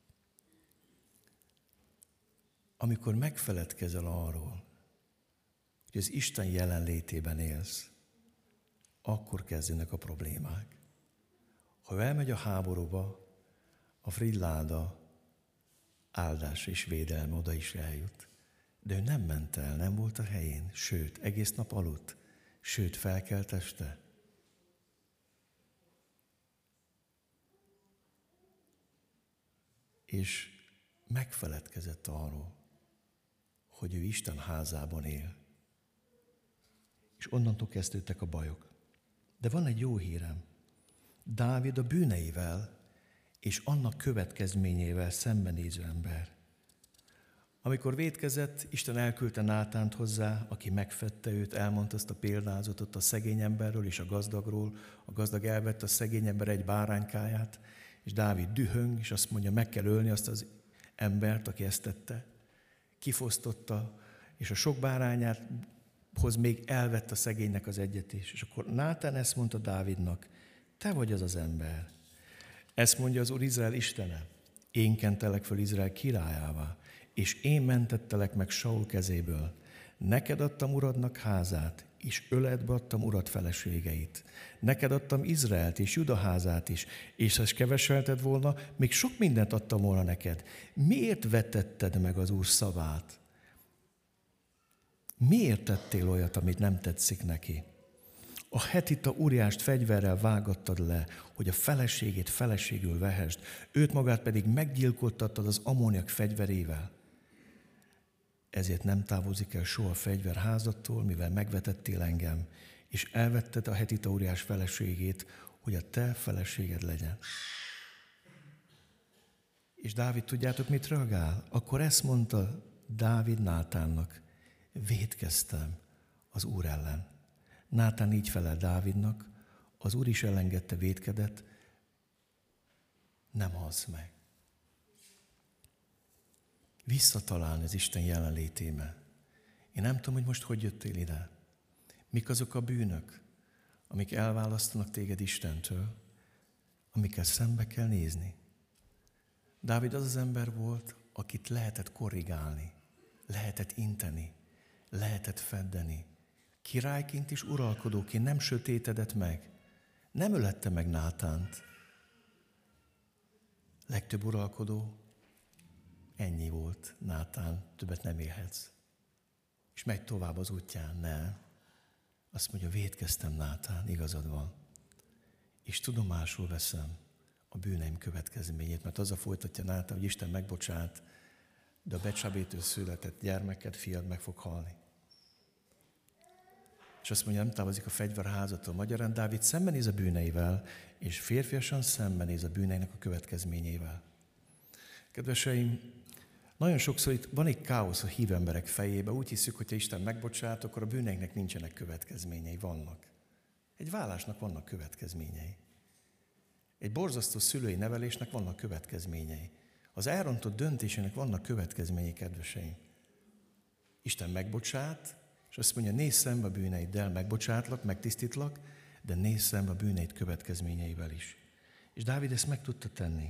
Amikor megfeledkezel arról, hogy az Isten jelenlétében élsz, akkor kezdődnek a problémák. Ha elmegy a háborúba, a Fridláda áldás és védelme oda is eljut. De ő nem ment el, nem volt a helyén, sőt, egész nap aludt, sőt, felkelt este. És megfeledkezett arról, hogy ő Isten házában él. És onnantól kezdődtek a bajok. De van egy jó hírem. Dávid a bűneivel és annak következményével szembenéző ember. Amikor vétkezett, Isten elküldte Nátánt hozzá, aki megfedte őt, elmondta azt a példázatot a szegény emberről és a gazdagról. A gazdag elvette a szegény ember egy báránykáját, és Dávid dühöng, és azt mondja, meg kell ölni azt az embert, aki ezt tette. Kifosztotta, és a sok bárányáthoz még elvett a szegénynek az egyet is. És akkor Nátán ezt mondta Dávidnak, te vagy az az ember. Ezt mondja az Úr Izrael Istene, én kentelek föl Izrael királyává, és én mentettelek meg Saul kezéből. Neked adtam uradnak házát, és öletbe adtam urad feleségeit. Neked adtam Izraelt és Juda házát is, és ha keveselted volna, még sok mindent adtam volna neked. Miért vetetted meg az Úr szavát? Miért tettél olyat, amit nem tetszik neki? A hetita Uriást fegyverrel vágattad le, hogy a feleségét feleségül vehesd, őt magát pedig meggyilkoltattad az ammóniak fegyverével. Ezért nem távozik el soha fegyver házattól, mivel megvetettél engem, és elvetted a hetita Uriás feleségét, hogy a te feleséged legyen. És Dávid, tudjátok, mit reagál? Akkor ezt mondta Dávid Nátánnak, vétkeztem az Úr ellen. Nátán így felel Dávidnak, az Úr is elengedte vétkedet, nem halsz meg. Visszatalálni az Isten jelenlétébe. Én nem tudom, hogy most hogy jöttél ide. Mik azok a bűnök, amik elválasztanak téged Istentől, amikkel szembe kell nézni. Dávid az az ember volt, akit lehetett korrigálni, lehetett inteni, lehetett feddeni. Királyként és uralkodóként nem sötétedett meg, nem ölette meg Nátánt. Legtöbb uralkodó, ennyi volt Nátán, többet nem élhetsz. És megy tovább az útján, ne. Azt mondja, vétkeztem Nátán, igazad van. És tudomásul veszem a bűneim következményét, mert azzal folytatja Nátán, hogy Isten megbocsát, de a Becsabétől született gyermeked, fiad meg fog halni. És azt mondja, nem távozik a fegyverházatól. Magyarán Dávid szembenéz a bűneivel, és férfiasan szembenéz a bűneinek a következményeivel. Kedveseim, nagyon sokszor itt van egy káosz a hív emberek fejébe. Úgy hiszük, hogy ha Isten megbocsát, akkor a bűneinknek nincsenek következményei. Vannak. Egy vállásnak vannak következményei. Egy borzasztó szülői nevelésnek vannak következményei. Az elrontott döntésének vannak következményei, kedveseim. Isten megbocsát, és azt mondja, nézz szembe a bűneiddel, megbocsátlak, megtisztítlak, de nézz szembe a bűneid következményeivel is. És Dávid ezt meg tudta tenni.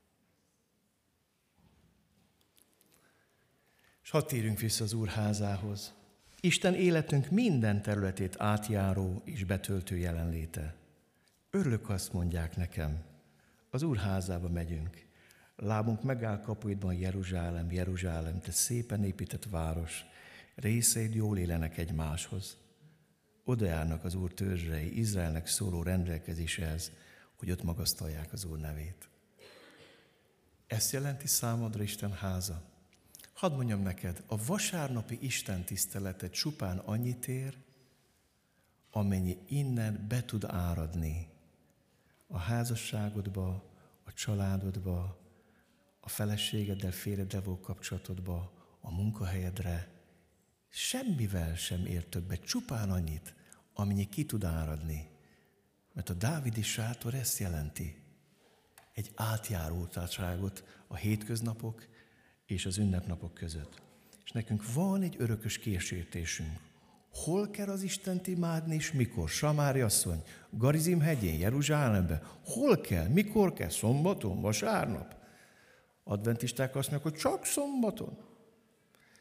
És hadd térjünk vissza az Úr házához. Isten életünk minden területét átjáró és betöltő jelenléte. Örülök, ha azt mondják nekem, az Úr házába megyünk. Lábunk megáll kapuidban Jeruzsálem, Jeruzsálem, te szépen épített város. Részeid jól élenek egymáshoz. Oda járnak az Úr törzsei, Izraelnek szóló rendelkezéshez, hogy ott magasztalják az Úr nevét. Ezt jelenti számodra Isten háza. Hadd mondjam neked, a vasárnapi Isten tiszteletet csupán annyit ér, amennyi innen be tud áradni a házasságodba, a családodba, a feleségeddel, férjeddel való kapcsolatodba, a munkahelyedre. Semmivel sem ér többet, csupán annyit, amennyi ki tud áradni. Mert a dávidi sátor ezt jelenti. Egy átjárótárságot a hétköznapok és az ünnepnapok között. És nekünk van egy örökös kísértésünk. Hol kell az Istent imádni, és mikor? Samári asszony, Garizim hegyén, Jeruzsálemben. Hol kell? Mikor kell? Szombaton? Vasárnap? Adventisták azt mondják, hogy csak szombaton.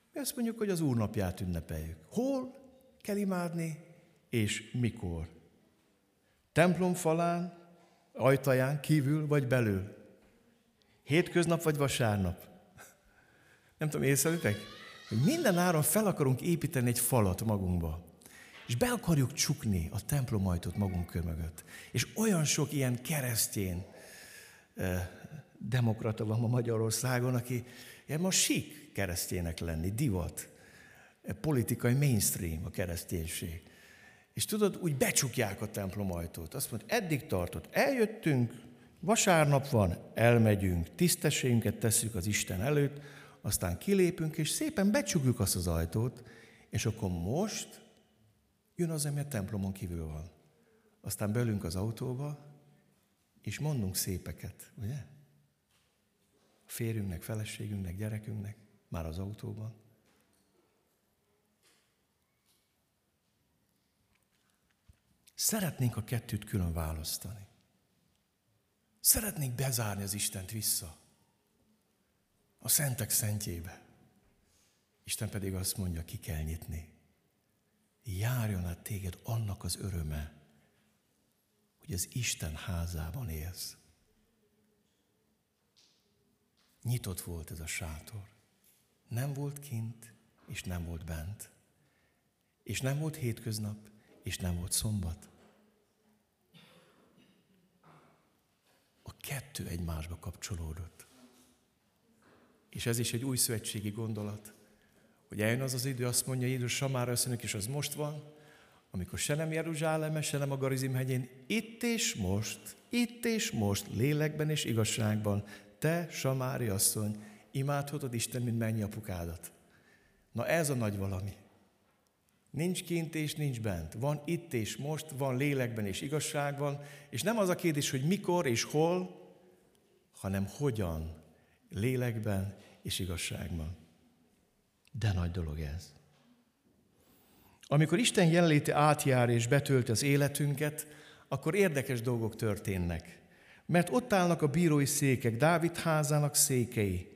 Mi azt mondjuk, hogy az Úr napját ünnepeljük. Hol kell imádni, és mikor? Templom falán, ajtaján, kívül vagy belül? Hétköznap vagy vasárnap? Nem tudom, észrevittek? Hogy minden áron fel akarunk építeni egy falat magunkba. És be akarjuk csukni a templom ajtót magunk kör mögött. És olyan sok ilyen keresztény eh, demokrata van ma Magyarországon, aki ilyen ma sík kereszténynek lenni, divat. Politikai mainstream a kereszténység. És tudod, úgy becsukják a templom ajtót. Azt mondod, eddig tartott, eljöttünk, vasárnap van, elmegyünk, tisztességünket tesszük az Isten előtt, aztán kilépünk, és szépen becsukjuk azt az ajtót, és akkor most jön az, ami a templomon kívül van. Aztán beülünk az autóba, és mondunk szépeket, ugye? A férjünknek, feleségünknek, gyerekünknek, már az autóban. Szeretnénk a kettőt külön választani. Szeretnénk bezárni az Istent vissza. A szentek szentjébe. Isten pedig azt mondja, ki kell nyitni. Járjon át téged annak az öröme, hogy az Isten házában élsz. Nyitott volt ez a sátor. Nem volt kint, és nem volt bent. És nem volt hétköznap, és nem volt szombat. A kettő egymásba kapcsolódott. És ez is egy új szövetségi gondolat, hogy eljön az az idő, azt mondja Jézus Samára asszonynak, és az most van, amikor se nem Jeruzsálemben, se nem a Garizim hegyén, itt és most, itt és most, lélekben és igazságban, te, Samári asszony, imádhatod Isten, mint mennyi apukádat. Na ez a nagy valami. Nincs kint és nincs bent. Van itt és most, van lélekben és igazságban, és nem az a kérdés, hogy mikor és hol, hanem hogyan, lélekben és igazságban. De nagy dolog ez. Amikor Isten jelenléte átjár és betölti az életünket, akkor érdekes dolgok történnek. Mert ott állnak a bírói székek, Dávid házának székei.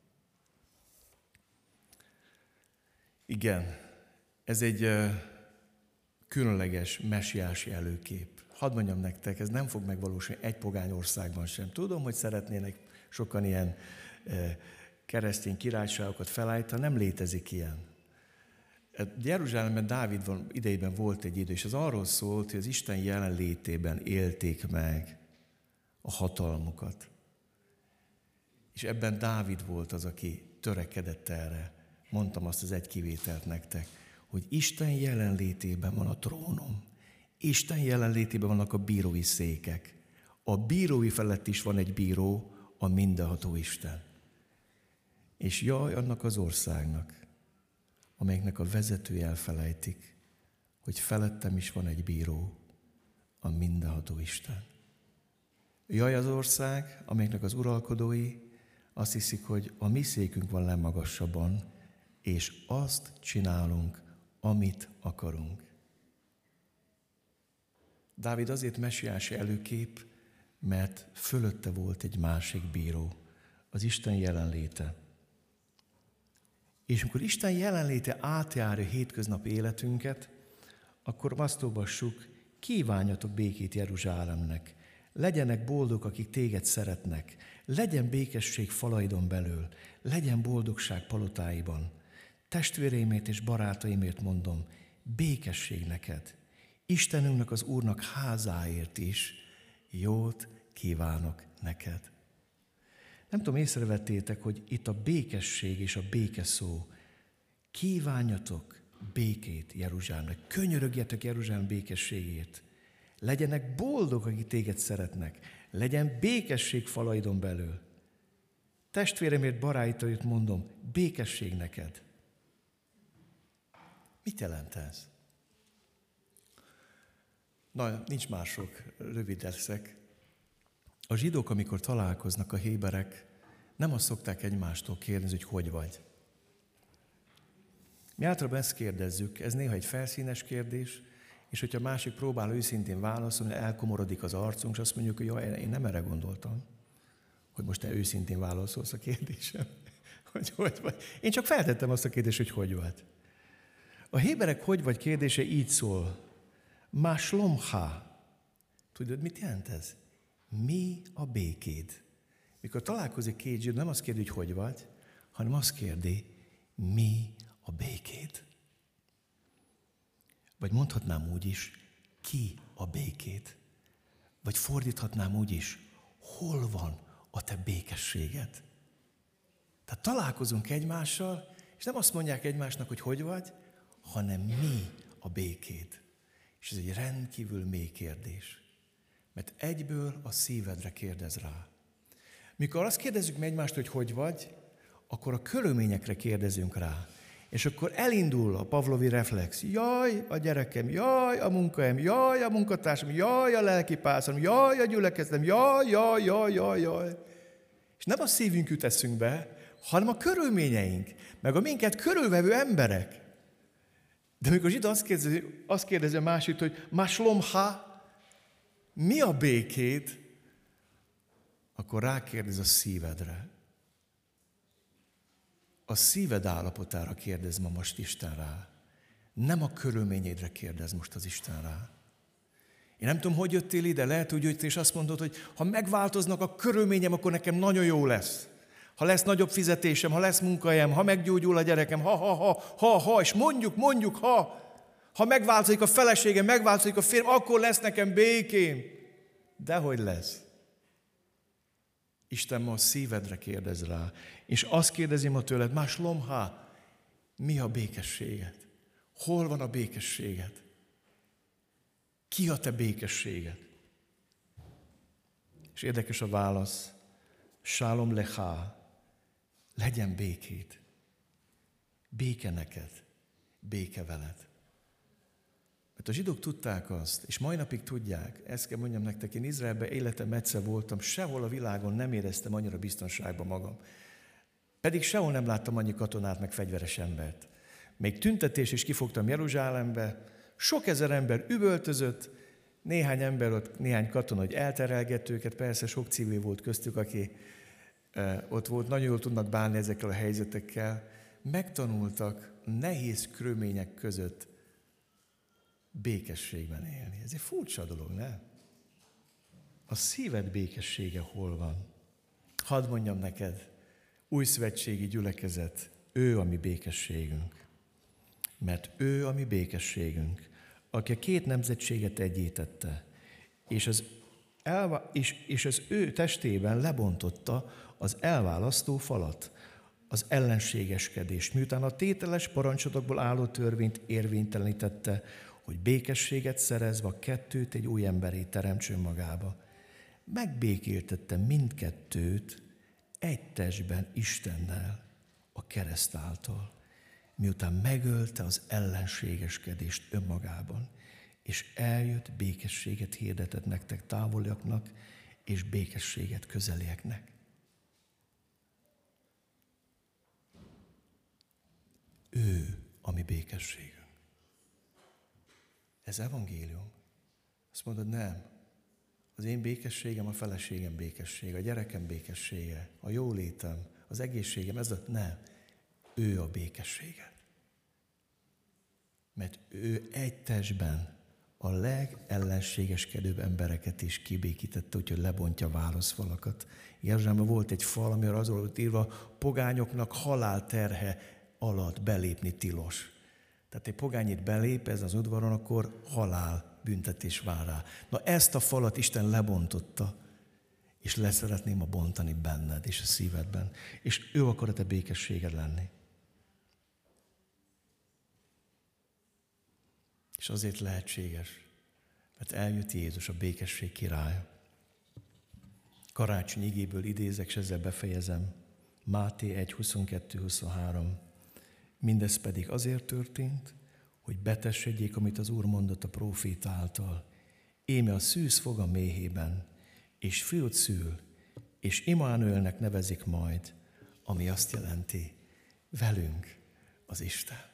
Igen, ez egy különleges mesiási előkép. Hadd mondjam nektek, ez nem fog megvalósulni egy pogány országban sem. Tudom, hogy szeretnének sokan ilyen keresztény királyságokat felállítani, nem létezik ilyen. Jeruzsálemben Dávid van, idejében volt egy idő, és az arról szólt, hogy az Isten jelenlétében élték meg a hatalmukat. És ebben Dávid volt az, aki törekedett erre. Mondtam azt az egy kivételt nektek, hogy Isten jelenlétében van a trónom. Isten jelenlétében vannak a bírói székek. A bírói felett is van egy bíró, a mindenható Isten. És jaj annak az országnak, amelyeknek a vezetője elfelejtik, hogy felettem is van egy bíró, a mindenható Isten. Jaj az ország, amelyeknek az uralkodói azt hiszik, hogy a mi székünk van legmagasabban, és azt csinálunk, amit akarunk. Dávid azért mesiási előkép, mert fölötte volt egy másik bíró, az Isten jelenléte. És amikor Isten jelenléte átjárja hétköznapi életünket, akkor azt olvassuk, kívánjatok békét Jeruzsálemnek, legyenek boldog, akik téged szeretnek, legyen békesség falaidon belül, legyen boldogság palotáiban. Testvéreimért és barátaimért mondom, békesség neked. Istenünknek, az Úrnak házáért is jót kívánok neked. Nem tudom, észrevettétek, hogy itt a békesség és a béke szó. Kívánjatok békét Jeruzsálemnek. Könyörögjetek Jeruzsálem békességét. Legyenek boldog, akik téged szeretnek. Legyen békesség falaidon belül. Testvéremért, barátaimért mondom, békesség neked. Mit jelent ez? Na, nincs mások, rövid leszek. A zsidók, amikor találkoznak, a héberek, nem azt szokták egymástól kérdezni, hogy hogy vagy. Mi általában ezt kérdezzük, ez néha egy felszínes kérdés, és hogyha másik próbál őszintén válaszolni, elkomorodik az arcunk, és azt mondjuk, hogy jaj, én nem erre gondoltam, hogy most te őszintén válaszolsz a kérdésem. hogy hogy vagy. Én csak feltettem azt a kérdést, hogy hogy vagy. A héberek hogy vagy kérdése így szól. Ma shlomcha. Tudod, mit jelent ez? Mi a békéd? Mikor találkozik két zsidó, nem azt kérdi, hogy hogy vagy, hanem azt kérdi, mi a békéd? Vagy mondhatnám úgy is, ki a békéd? Vagy fordíthatnám úgy is, hol van a te békességed? Tehát találkozunk egymással, és nem azt mondják egymásnak, hogy hogy vagy, hanem mi a békéd. És ez egy rendkívül mély kérdés. Mert egyből a szívedre kérdez rá. Mikor azt kérdezzük meg egymást, hogy hogy vagy, akkor a körülményekre kérdezünk rá. És akkor elindul a pavlovi reflex. Jaj, a gyerekem, jaj, a munkahelyem, jaj, a munkatársam, jaj, a lelkipászom, jaj, a gyülekezetem, jaj, jaj, jaj, jaj, jaj. És nem a szívünk jut eszünkbe, hanem a körülményeink, meg a minket körülvevő emberek. De amikor zsidó azt kérdezi, azt kérdezi a másik, hogy ma shlomcha, mi a békéd? Akkor rákérdez a szívedre. A szíved állapotára kérdez ma most Isten rá. Nem a körülményedre kérdez most az Isten rá. Én nem tudom, hogy jöttél ide, lehet, hogy jöttél, és azt mondod, hogy ha megváltoznak a körülményem, akkor nekem nagyon jó lesz. Ha lesz nagyobb fizetésem, ha lesz munkahelyem, ha meggyógyul a gyerekem, ha, ha, ha, ha, ha, és mondjuk, mondjuk, ha, ha megváltozik a feleségem, megváltozik a férjem, akkor lesz nekem békém. Dehogy lesz. Isten ma a szívedre kérdez rá, és azt kérdezi ma tőled, ma shlomcha, mi a békességed? Hol van a békességed? Ki a te békességed? És érdekes a válasz, shalom lecha, legyen békét. Béke neked, béke veled. Mert a zsidók tudták azt, és mai napig tudják, ezt kell mondjam nektek, én Izraelben életem egyszer voltam, sehol a világon nem éreztem annyira biztonságban magam. Pedig sehol nem láttam annyi katonát, meg fegyveres embert. Még tüntetés is kifogtam Jeruzsálembe, sok ezer ember üvöltözött, néhány ember ott, néhány katona, hogy elterelgett őket, persze sok civil volt köztük, aki eh, ott volt, nagyon jól tudnak bánni ezekkel a helyzetekkel. Megtanultak nehéz körülmények között békességben élni. Ez egy furcsa dolog, ne? A szíved békessége hol van? Hadd mondjam neked, új szövetségi gyülekezet, ő a mi békességünk. Mert ő a mi békességünk, aki a két nemzetséget egyítette, és az, elva- és, és az ő testében lebontotta az elválasztó falat, az ellenségeskedést, miután a tételes parancsotokból álló törvényt érvénytelenítette, hogy békességet szerezve a kettőt egy új emberé teremtsön magába. Megbékéltette mindkettőt egy testben Istennel, a kereszt által, miután megölte az ellenségeskedést önmagában, és eljött, békességet hirdetett nektek távoliaknak, és békességet közelieknek. Ő a mi békességünk. Ez evangélium. Azt mondod, nem. Az én békességem a feleségem békessége, a gyerekem békessége, a jólétem, az egészségem, ez a... Nem. Ő a békessége. Mert ő egy testben a legellenségeskedőbb embereket is kibékítette, úgyhogy lebontja válaszfalakat. Jeruzsálemben volt egy fal, amire az volt írva, pogányoknak halálterhe alatt belépni tilos. Tehát egy pogány itt belép ez az udvaron, akkor halál büntetés vár rá. Na ezt a falat Isten lebontotta, és leszeretném a bontani benned és a szívedben. És ő akar a te békességed lenni. És azért lehetséges, mert eljött Jézus, a békesség királya. Karácsony igéből idézek, és ezzel befejezem. Máté egy huszonkettő huszonhárom. Mindez pedig azért történt, hogy betessedjék, amit az Úr mondott a próféta által. Íme a szűz fog a méhében, és fiút szül, és Immanuelnek nevezik majd, ami azt jelenti, velünk az Isten.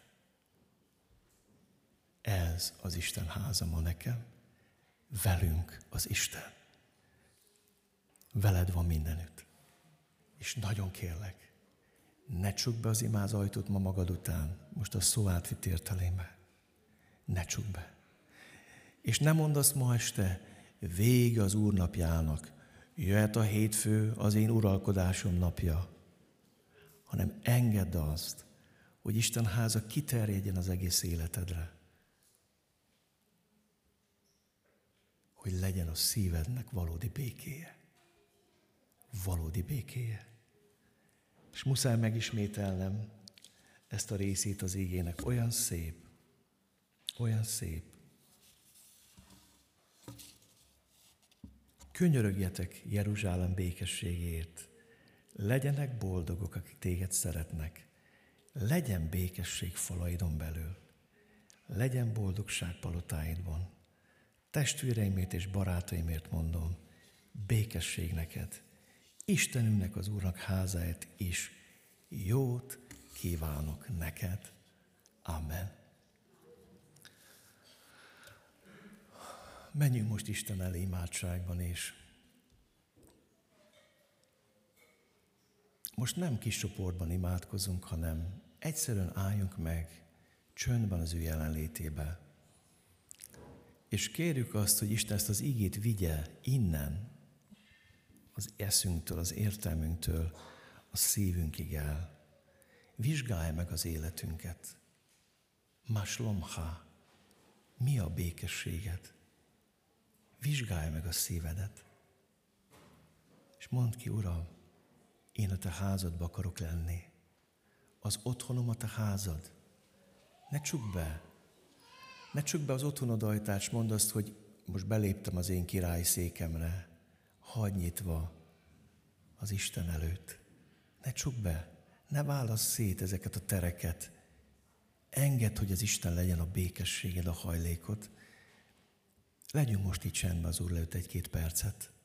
Ez az Isten háza ma nekem, velünk az Isten. Veled van mindenütt. És nagyon kérlek, Ne csukd be az imáz ajtót ma magad után, most a szó átvitt értelembe. Ne csukd be. És ne mondd azt ma este, vége az Úr napjának, jöhet a hétfő, az én uralkodásom napja, hanem engedd azt, hogy Isten háza kiterjedjen az egész életedre. Hogy legyen a szívednek valódi békéje. Valódi békéje. És muszáj megismételnem ezt a részét az igének. Olyan szép, olyan szép. Könyörögjetek Jeruzsálem békességért. Legyenek boldogok, akik téged szeretnek. Legyen békesség falaidon belül. Legyen boldogság palotáidban. Testvéreimért és barátaimért mondom, békesség neked. Istenünknek, az Úrnak házáért is jót kívánok neked. Amen. Menjünk most Isten elé imádságban, és most nem kis csoportban imádkozunk, hanem egyszerűen álljunk meg csöndben az ő jelenlétébe. És kérjük azt, hogy Isten ezt az igét vigye innen, az eszünktől, az értelmünktől, a szívünkig el. Vizsgálj meg az életünket. Maslomha, mi a békességed? Vizsgálj meg a szívedet. És mondd ki, Uram, én a te házadba akarok lenni. Az otthonom a te házad. Ne csukd be. Ne csukd be az otthonod ajtát, és mondd azt, hogy most beléptem az én királyi székemre. Hadd nyitva az Isten előtt. Ne csukd be. Ne válasz szét ezeket a tereket. Engedd, hogy az Isten legyen a békességed, a hajlékot. Legyünk most itt csendben az Úr előtt egy-két percet.